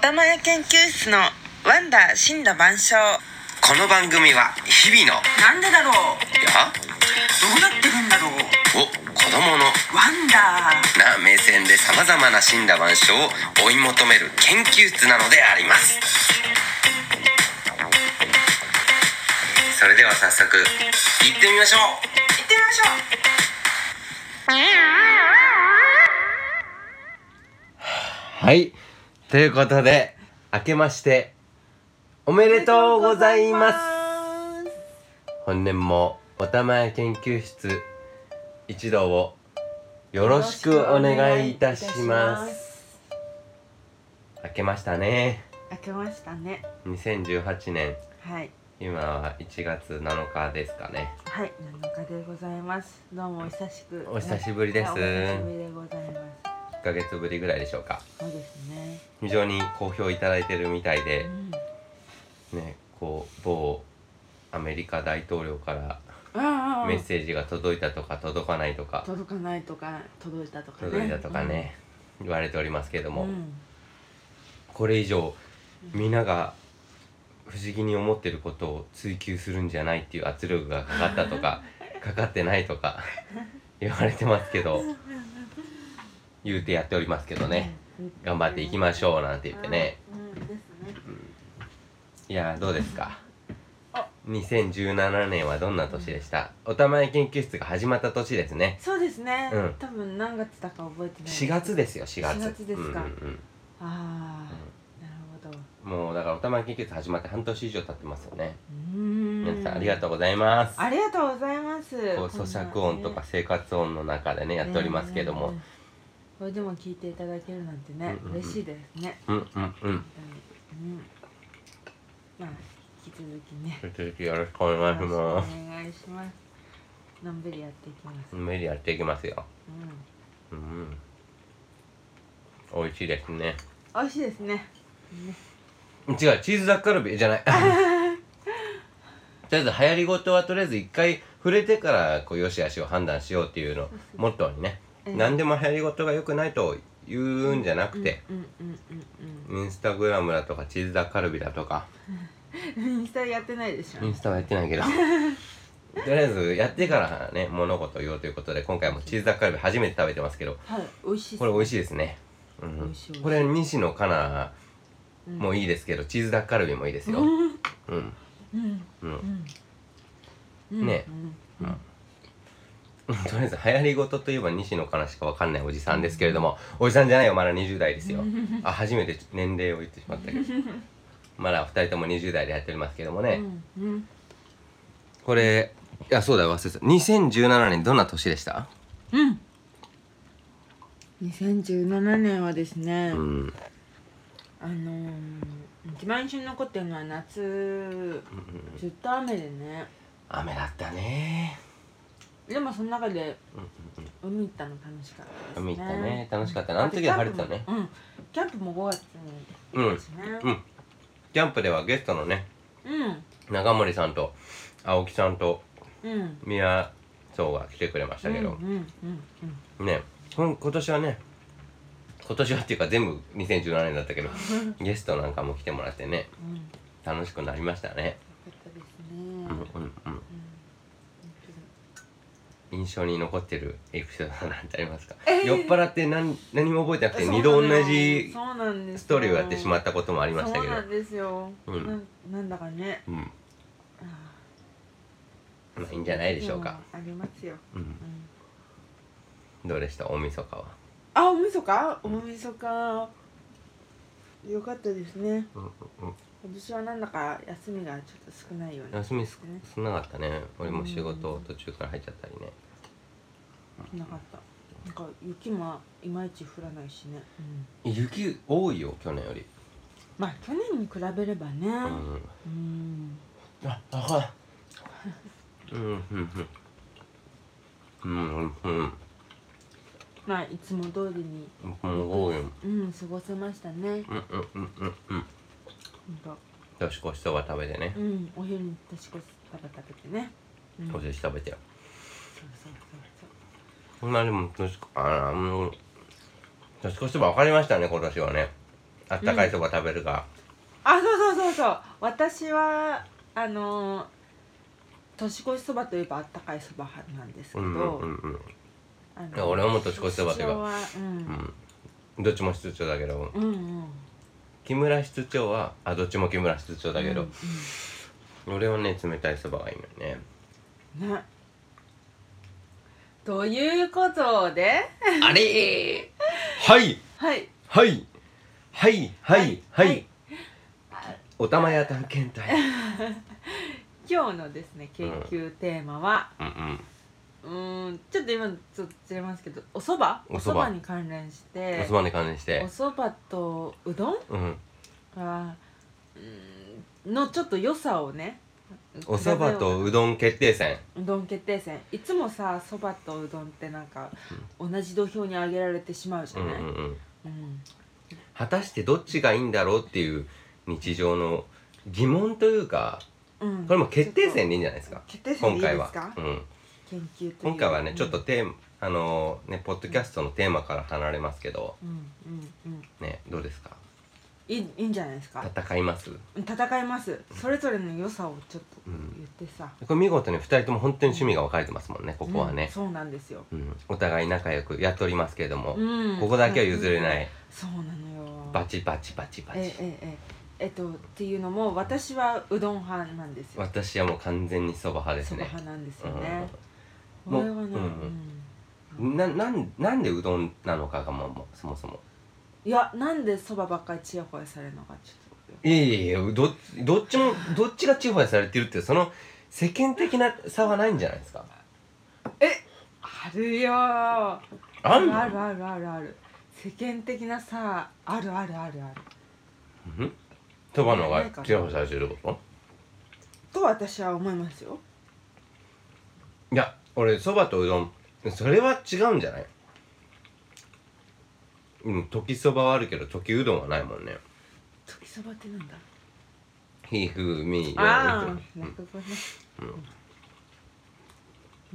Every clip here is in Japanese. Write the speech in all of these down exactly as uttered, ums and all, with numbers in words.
たまや研究室のワンダー森羅万象。 この番組は日々のなんでだろう、 いやどうなってるんだろうを子供のワンダーな目線でさまざまな森羅万象を追い求める研究室なのであります。それでは早速行ってみましょう行ってみましょう。はい、ということで明けましておめでとうございます。本年もおたまや研究室一同をよろしくお願いいたします。明けましたね。 明けましたね。 にせんじゅうはちねん、 はい今はいちがつなのかですかね。 はい、なのかでございます。どうもお久しくお久しぶりです。 お久しぶりでございます。 いっかげつぶりぐらいでしょうか。 そうですね。 非常に好評いただいてるみたいで、 うん、 ね、こう某アメリカ大統領からああメッセージが届いたとか届かないとか届かないとか届いたとかね届いたとかね、うん、言われておりますけれども、 うん、 これ以上みんなが不思議に思ってることを追求するんじゃないっていう圧力がかかったとかかかってないとか言われてますけど、言うてやっておりますけどね、頑張っていきましょうなんて言ってね、 うんですね、 うん、いやどうですか。にせんじゅうななねんはどんな年でした？おたまや研究室が始まった年ですね。 そうですね、 うん、 多分何月だか覚えてない。 しがつですよ。しがつ。 しがつですか。 うんうんうん、 ああ、うん、なるほど。 もうだからおたまや研究室始まって半年以上経ってますよね。 うーん、 皆さんありがとうございます。 ありがとうございます。 こう咀嚼音とか生活音の中でねやっておりますけども、 ね、これでも聞いていただけるなんてね、うんうん、嬉しいですね。 うんうんうん、うん、 まあ引き続きね、 引き続きよろしくお願いします。 お願いします。のんびりやっていきます。 のんびりやっていきますよ。うん、うん、美味しいですね。 美味しいですね。ね、 違う、チーズダッカルビじゃない。とりあえず流行りごとはとりあえず一回触れてからこう良し悪しを判断しようっていうのをモットーにね、えー、何でも流行りごとが良くないと言うんじゃなくて、インスタグラムだとかチーズダッカルビだとかインスタやってないでしょ。 インスタはやってないけどとりあえずやってからね物事を言おうということで、今回もチーズダッカルビ初めて食べてますけど、 はい、美味しいですね。これ美味しいですね。うん、美味しい美味しい。これ西野カナもいいですけど、うん、チーズダッカルビもいいですよ。うんうんうんうんね、うんうん、とりあえず流行りごとといえば西野カナしかわかんないおじさんですけれども、おじさんじゃないよ、まだにじゅう代ですよ。あ、初めて年齢を言ってしまったけどまだふたりともにじゅう代でやっておりますけどもね、うんうん、これいやそうだよ、忘れてた。にせんじゅうななねんどんな年でした？ うん、にせんじゅうななねんはですね、うん、あのー、一番印象に残ってるのは夏、うん、ずっと雨でね。 雨だったね。 でもその中で海行ったの楽しかったですね。 海行ったね、楽しかったね。あの時は晴れてたね。 うん、キャンプもごがつにですね、 うんうん、キャンプではゲストのね、 うん、 長森さんと青木さんと宮荘が来てくれましたけど、ね、今年はね、今年はっていうか全部にせんじゅうななねんだったけどゲストなんかも来てもらってね、うん、楽しくなりましたね。 よかったですね。うんうんうん、 印象に残ってるエピソードなんてありますか？えー、酔っ払って何、何も覚えてなくてにど同じストーリーをやってしまったこともありましたけど。 そうなんですよ、うん、な, なんだかね、うん、あ、 まあいいんじゃないでしょうか。 ありますよ、うんうん、どうでした大晦日は？ あ、大晦日、大晦日よかったですね。うんうんうん、私はなんだか休みがちょっと少ないような、 ね、休み少なかったね。俺も仕事途中から入っちゃったりね。 なかった。なんか雪もいまいち降らないしね、 うん、雪多いよ去年より。 まあ去年に比べればね、うん、うん、 あ、あ、うんうんうんうんうん、 まあいつも通りに、 うん、 うん、過ごせましたね。うんうんうんうんうん。 年越しそば食べてね。 うん、お昼に年越しそば食べてね。 うん、お寿司食べてよ。 そうそうそうそう。 まあでも年あの年越しそば分かりましたね今年はね。 あったかいそば食べるか、 あ、そうそうそうそう。私はあのー、年越しそばといえばあったかいそば派なんですけど、 うんうんうんうん、 あいや俺はもう年越しそばというか、 は、うんうん、どっちも室長だけど、 うんうん、 木村室長はあどっちも木村室長だけど、 うんうん、俺はね冷たいそばがいいのよね。 ね。ということであれーはいはいはいはいはいはい、 はい、 おたまや探検隊今日のですね研究テーマは、 うんうんうーんちょっと今ちょっとずれますけど、おそばおそばに関連しておそばに関連しておそばとうどんうんがうーんのちょっと良さをね、 おそばとうどん決定戦。 うどん決定戦。いつもさそばとうどんってなんか、うん、同じ土俵に上げられてしまうじゃない、うんうんうん、 果たしてどっちがいいんだろうっていう日常の疑問というか、うん、これも決定戦でいいんじゃないですか。 決定戦でいいですか。 今回は、うん、 研究という今回はね、うん、ちょっとテーマあのー、ねポッドキャストのテーマから離れますけど、うんうんうん、ねどうですか。 いい、いいんじゃないですか。 戦います。 戦います。それぞれの良さをちょっと言ってさ、 うん、これ見事にふたりとも本当に趣味が分かれてますもんね、ここはね、 うん、そうなんですよ、 うん、お互い仲良くやっておりますけれども、 うん、 ここだけは譲れない、うん、 そうなのよ。 バチバチバチバチ、 えええええっとっていうのも私はうどん派なんですよ。 私はもう完全にそば派ですね。 そば派なんですよね、 うん、これはね、うん、な, なんなんでうどんなのかがもうそもそも、 いやなんでそばばっかりちやほやされるのかちょっと。 いやいやいや、ど, どっちもどっちがちやほやされてるっていうその世間的な差はないんじゃないですか。 えあるよー、あるあるあるあるある、世間的な差あるあるあるある。 うんそばの方がちやほやされてることと私は思いますよ。 いや俺そばとうどんそれは違うんじゃない。うん、時そばはあるけど時うどんはないもんね。 時そばってなんだ。 ひふみよああ、落語ね。 うん、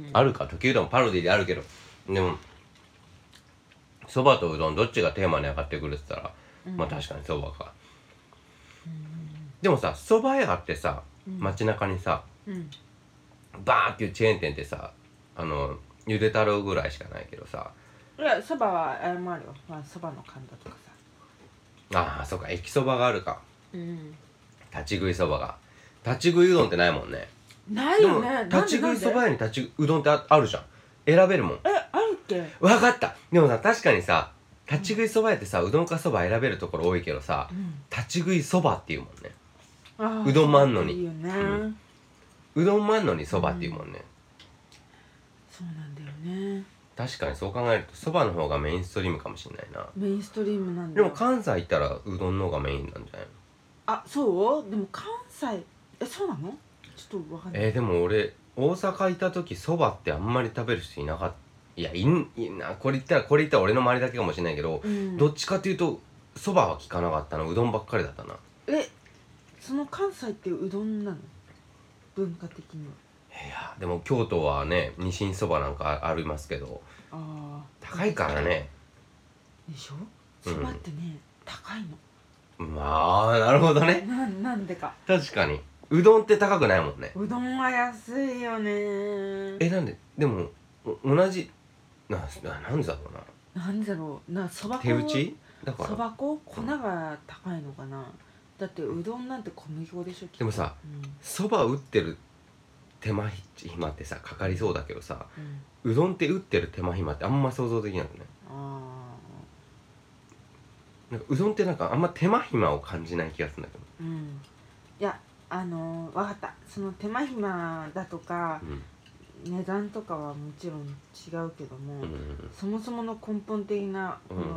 あるか時うどんパロディであるけど、でもそばとうどんどっちがテーマに上がってくるって言ったら、うん、まあ確かにそばか、うん、でもさそば屋ってさ、うん、街中にさ、うん、バーっていうチェーン店ってさあのゆで太郎ぐらいしかないけどさ、 いやそばはあれもあるよ、まあ、そばの神田とかさ、 ああそうか駅そばがあるか、 うん、 立ち食いそばが立ち食いうどんってないもんね。 ないよね。 立ち食いそば屋に立ちうどんって あ, あるじゃん。選べるもん。 えあるっけ。 分かった。でもさ確かにさ立ち食いそば屋ってさうどんかそば選べるところ多いけどさ、うん、立ち食いそばっていうもんね。あうどんもあんのにいいよね、うん、うどんもあんのにそばっていうもんね、うん、 そうなんだよね。 確かにそう考えるとそばの方がメインストリームかもしれないな。 メインストリームなんだ。 でも関西行ったらうどんの方がメインなんじゃないの。 あそうでも関西えそうなのちょっと分かんない。 えー、でも俺大阪いた時そばってあんまり食べる人いなかった。いやいんいいなこれ言ったらこれ言ったら俺の周りだけかもしれないけど、うん、どっちかっていうとそばは聞かなかったな。うどんばっかりだったな。 えその関西ってうどんなの文化的には。 いやでも京都はねにしんそばなんかありますけど、あ高いからね。 でしょそばってね、うん、高いの。 まあなるほどね。 な, なんでか確かにうどんって高くないもんね。 うどんは安いよね。 えなんででも同じななんでだろうな。なんでだろうな。そば粉手打ちだからそば粉粉が高いのかな、うん、だってうどんなんて小麦粉でしょ。 でもさそば、うん、打ってる手間暇ってさかかりそうだけどさ、うん、うどんって打ってる手間暇ってあんま想像できなくない。あなんかうどんってなんかあんま手間暇を感じない気がするんだけど、 うん、いやあのー、分かった。その手間暇だとか、うん、値段とかはもちろん違うけども、うん、そもそもの根本的なこの、うん、なん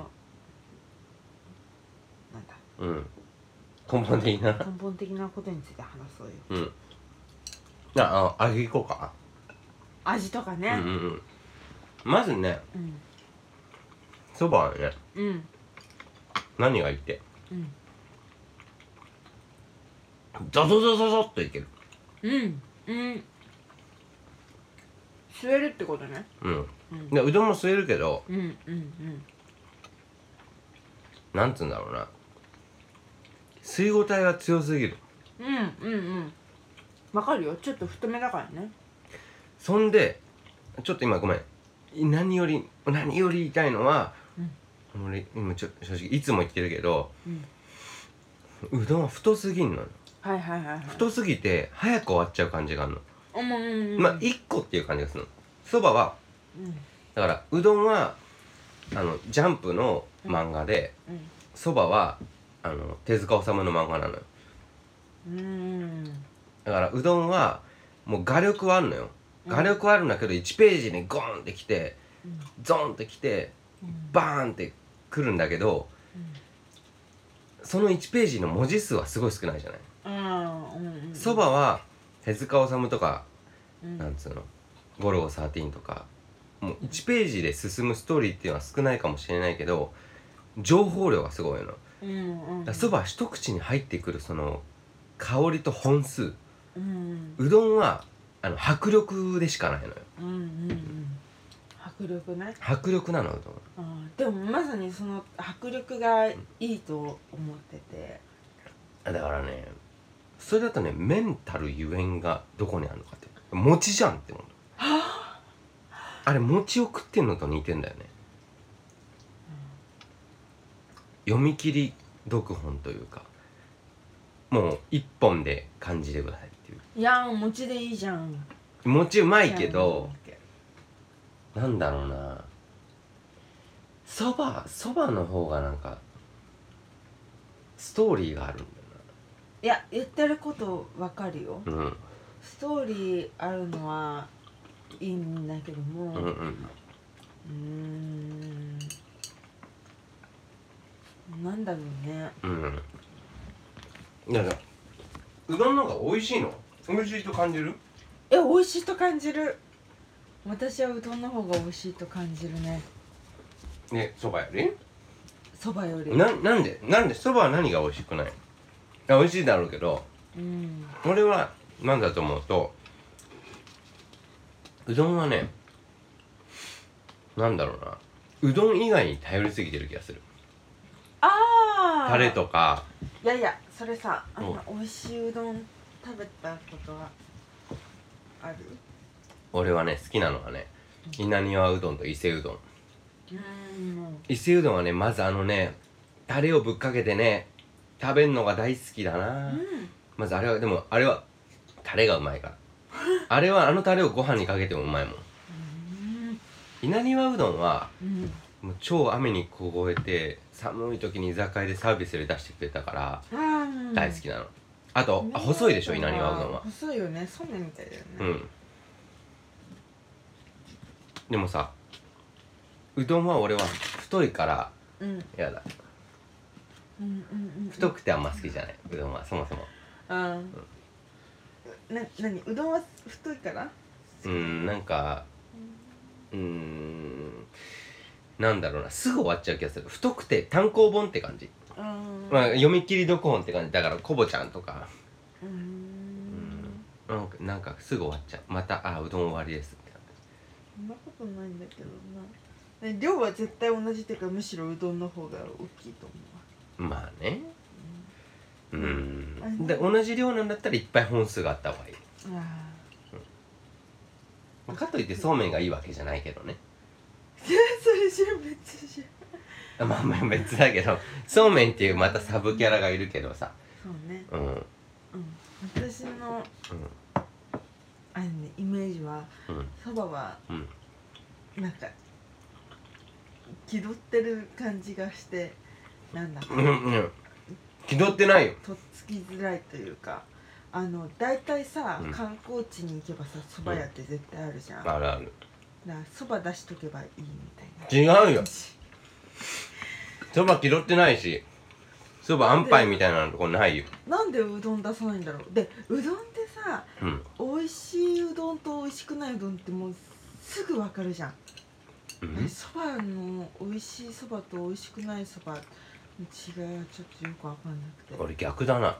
だ、 うん、根本的な根本的なことについて話そうよ。 うんああ味いこうか。 味とかね、 うんうんうん、まずねそば、うん、はね、うん、何がいいって、うん、ゾゾゾゾゾっといける。 うんうん吸えるってことね。 うん、うん、でうどんも吸えるけど、うんうんうん、なんつうんだろうな吸い応えが強すぎる。 うんうんうんわかるよ、ちょっと太めだからね。 そんでちょっと今ごめん、何より何より言いたいのは、うん、俺今ちょ正直いつも言ってるけど、うん、うどんは太すぎんのよ。 はいはいはい、はい、 太すぎて早く終わっちゃう感じがあるの。 うんうんうん、 まあいっこっていう感じがするの。そばは、うん、だからうどんはあのジャンプの漫画で、そば、うん、はあの手塚治虫の漫画なのよ。うんだからうどんはもう画力はあるのよ。画力はあるんだけどいちページにゴーンってきて、うん、ゾーンってきて、うん、バーンってくるんだけど、うん、そのいちページの文字数はすごい少ないじゃない。そば、うんうん、は手塚治虫とか、うん、なんつうのゴルゴじゅうさんとかもういちページで進むストーリーっていうのは少ないかもしれないけど情報量がすごいの。そば、うんうん、一口に入ってくるその香りと本数、うん、うどんはあの迫力でしかないのよ。うんうんうん、 迫力ね。 迫力なのうどん。あでもまさにその迫力がいいと思ってて、 だからねそれだとねメンタルゆえんがどこにあるのかって餅じゃんって思う。はあれ餅を食ってんのと似てんだよね、うん、読み切り読本というかもう一本で感じてくださいっていう。 いやー餅でいいじゃん。 餅うまいけどなんだろうな、そばそばの方がなんかストーリーがあるんだよな。 いや言ってることわかるよ、うん、ストーリーあるのはいいんだけども、うんうん、うーんなんだろうね。うんいやいやうどんの方が美味しいの？美味しいと感じる？ え、美味しいと感じる。私はうどんの方が美味しいと感じるね。 ね、そばより？ そばよりな、なんでなんでそばは何が美味しくない？美味しいだろうけど、うん、俺は何だと思うとうどんはねなんだろうなうどん以外に頼りすぎてる気がする。 ああタレとか。 いやいやそれさあの美味しいうどん食べたことはある？ 俺はね好きなのはね稲庭うどんと伊勢うどん。うん伊勢うどんはねまずあのねタレをぶっかけてね食べるのが大好きだな、うん、まずあれはでもあれはタレがうまいからあれはあのタレをご飯にかけてもうまいもん。稲庭うどんは、うん、もう超雨に凍えて寒い時に居酒屋でサービスで出してくれたから大好きなの。あとあ細いでしょ稲庭うどんは。 細いよね、そうめんみたいだよね。 うんでもさうどんは俺は太いからやだ、うんうんうんうん、太くてあんま好きじゃないうどんはそもそも。あ、 うん、な、なにうどんは太いからうんなんかうーんなんだろうなすぐ終わっちゃう気がする。太くて単行本って感じ、うんまあ、読み切り読本って感じだからコボちゃんとかうーんなんか、なんかすぐ終わっちゃう。またあうどん終わりですって感じ。そんなことないんだけどな。量は絶対同じっていうかむしろうどんの方が大きいと思う。まあねうん、うん、で同じ量なんだったらいっぱい本数があった方がいい。ああ、うん、かといってそうめんがいいわけじゃないけどね。 それじゃ別じゃんまあまあ別だけどそうめんっていうまたサブキャラがいるけどさ。 そうねうん、うん、私の、うん、あれねイメージはそば、うん、は、うん、なんか気取ってる感じがしてなんだか、うんうん、 気取ってないよ。 とっつきづらいというかあの大体さ、うん、観光地に行けばさそば屋って絶対あるじゃん、うん、 あるある。 だからそば出しとけばいいみたいな。 違うよそば気取ってないしそばあんぱいみたいなとこないよ。 なんでうどん出さないんだろう。でうどんってさ、うん、美味しいうどんと美味しくないうどんってもうすぐ分かるじゃん。そば、うん、の美味しいそばと美味しくないそばの違いはちょっとよく分かんなくて。 俺逆だな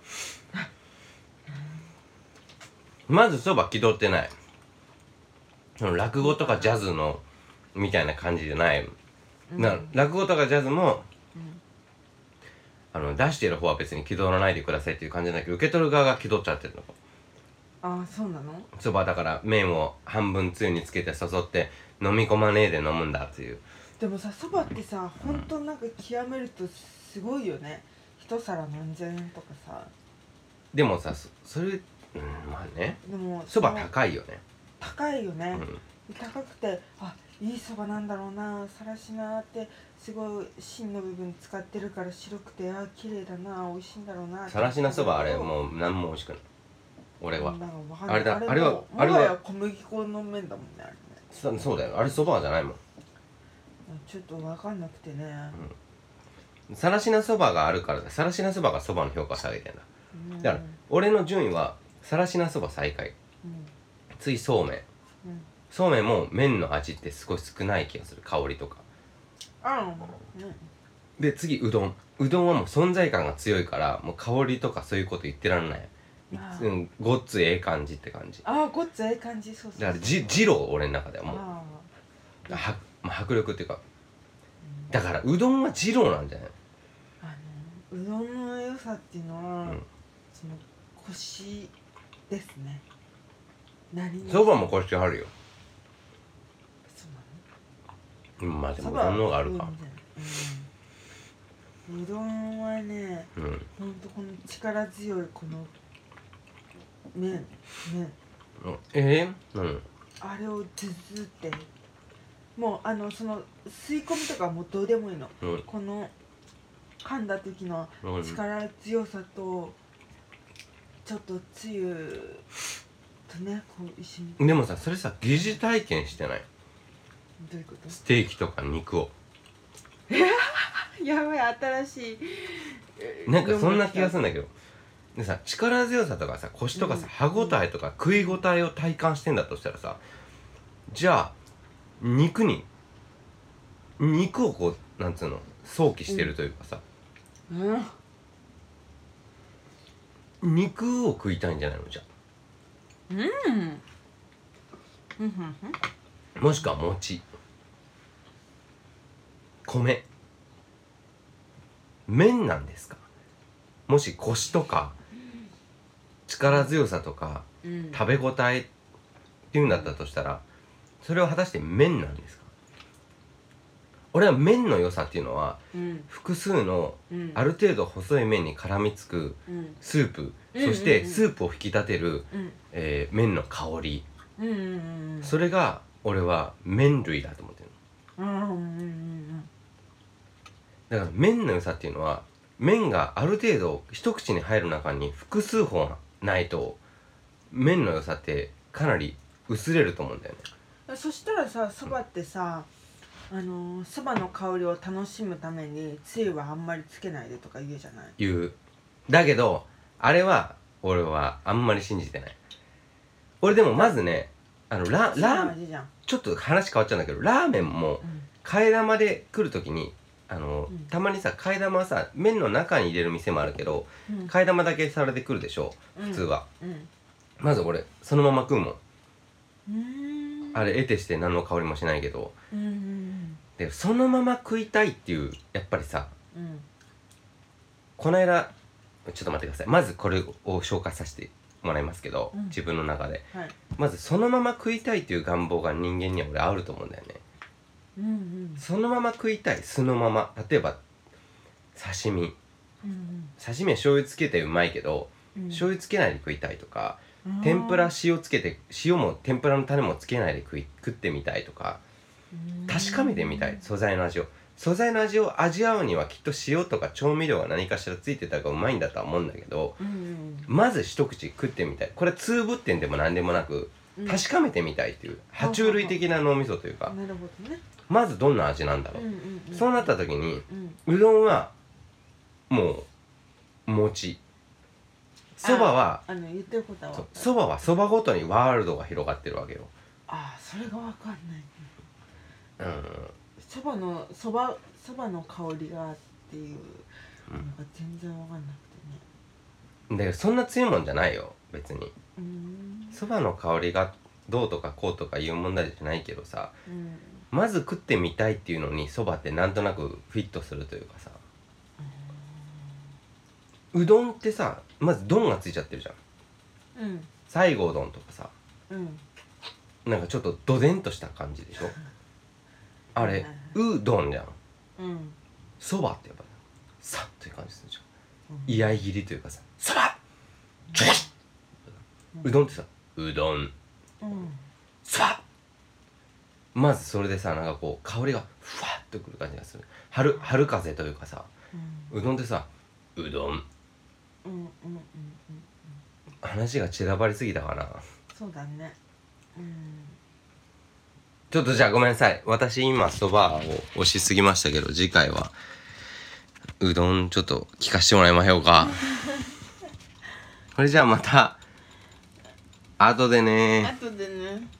まずそば気取ってない。落語とかジャズのみたいな感じじゃない、うん、な落語とかジャズも、 あの出してる方は別に気取らないでくださいっていう感じなんだけど、受け取る側が気取っちゃってるの。 ああそうなの。 そばだから麺を半分つゆにつけて誘って飲み込まねえで飲むんだっていう。 でもさ、そばってさ、ほんとなんか極めるとすごいよね。一皿何千円とかさ。 でもさ そ, それ、うん、まあね、 でもそば高いよね。 高いよね、 うん、 高くて、あ、いいそばなんだろうな、さらしなってすごい芯の部分使ってるから白くて、あ、綺麗だな、美味しいんだろうな。 さらしなそばあれもう何も美味しくない。俺はあれだ、あれはあれは小麦粉の麺だもんね、あれね。 そ, そうだよ、あれそばじゃないもん。 ちょっと分かんなくてね、 うん、さらしなそばがあるからだ。さらしなそばがそばの評価を下げてんだ。だから俺の順位はさらしなそば最下位、うん、次そうめん、うん、そうめんも麺の味って少し少ない気がする、香りとか。 あ、うん、 で次うどん。うどんはもう存在感が強いからもう香りとかそういうこと言ってらんない。うん、ごっつええ感じって感じ。 ああ、ごっつええ感じ。そうそうそう。 だからじ二郎、俺の中ではもうあは、まあ、迫力っていうか、うん、だからうどんは二郎なんじゃない。 あのうどんの良さっていうのは、うん、そのコシですね。何そばもコシあるよ。 そうなの。 うん、まあでもうどんの方があるか。 うん、うどんはね、うん、ほんとこの力強いこの麺麺、 うん、えー、うん、 あれをズズってもうあのその吸い込みとかもうどうでもいいの、うん、この噛んだ時の力強さとちょっとつゆとねこう一緒に。 でもさ、それさ疑似体験してない？ どういうこと？ ステーキとか肉をやばい、新しいなんかそんな気がするんだけど。でさ、力強さとかさ、コシとかさ、歯ごたえとか食い応えを体感してんだとしたらさ、じゃあ肉に肉をこうなんつうの想起してるというかさ、 うんうん、肉を食いたいんじゃないのじゃあ。 うん。 もしくは餅、米、麺なんですか。もしコシとか力強さとか、うん、食べ応えっていうんだったとしたら、それは果たして麺なんですか。俺は麺の良さっていうのは、うん、複数のある程度細い麺に絡みつくスープ、うん、そしてスープを引き立てる、うんえー、麺の香り、うんうんうん、それが俺は麺類だと思ってるの、うんうんうん、だから麺の良さっていうのは麺がある程度一口に入る中に複数本ないと麺の良さってかなり薄れると思うんだよね。 そしたらさ、そばってさ、あのそばの香りを楽しむためにつゆはあんまりつけないでとか言うじゃない。 言う。だけどあれは俺はあんまり信じてない。俺でもまずね、あのララーちょっと話変わっちゃうんだけど、ラーメンも替え玉で来るときにあの、うん、たまにさ替え玉はさ麺の中に入れる店もあるけど、うん、替え玉だけされてくるでしょ普通は、うんうん、まず俺そのまま食うもん。うーんあれ得てして何の香りもしないけど、うんうん、でそのまま食いたいっていうやっぱりさ、うん、この間ちょっと待ってください。まずこれを紹介させてもらいますけど、うん、自分の中で、はい、まずそのまま食いたいっていう願望が人間には俺あると思うんだよね。うんうん、そのまま食いたい、素のまま。例えば刺身、うんうん、刺身は醤油つけてうまいけど、うん、醤油つけないで食いたいとか、天ぷら塩つけて塩も天ぷらの種もつけないで食い食ってみたいとか、確かめてみたい素材の味を。素材の味を味わうにはきっと塩とか調味料が何かしらついてた方がうまいんだとは思うんだけど、うんうん、まず一口食ってみたい。これ通ぶってんでも何でもなく確かめてみたいっていう、爬虫類的な脳みそというか、 なるほどね。 まずどんな味なんだろう、うんうんうん、そうなった時に、うん、うどんはもう餅、そばはあの言ってることはそばはそばごとにワールドが広がってるわけよ。 ああ、それが分かんない。 うんそばのそばそばの香りがっていうのが全然分かんなくてね。でそんな強いもんじゃないよ別に。そばの香りがどうとかこうとかいう問題じゃないけどさ、うん、まず食ってみたいっていうのにそばってなんとなくフィットするというかさ、 うどんってさまずどんがついちゃってるじゃん。 うん西郷どんとかさうんなんかちょっとどでんとした感じでしょ。あれうどんじゃん。 うんそばってやっぱさっという感じするじゃん。居合切りというかさそばちょい、うどんってさうどんうんそばまずそれでさなんかこう香りがふわっとくる感じがする。春春風というかさ、うどんってさうどん、 うんうんうんうん話が散らばりすぎたかな。 そうだね。うんちょっとじゃあごめんなさい。私今そばを押しすぎましたけど次回はうどんちょっと聞かしてもらいましょうか。これじゃあまた後でね。 後でね。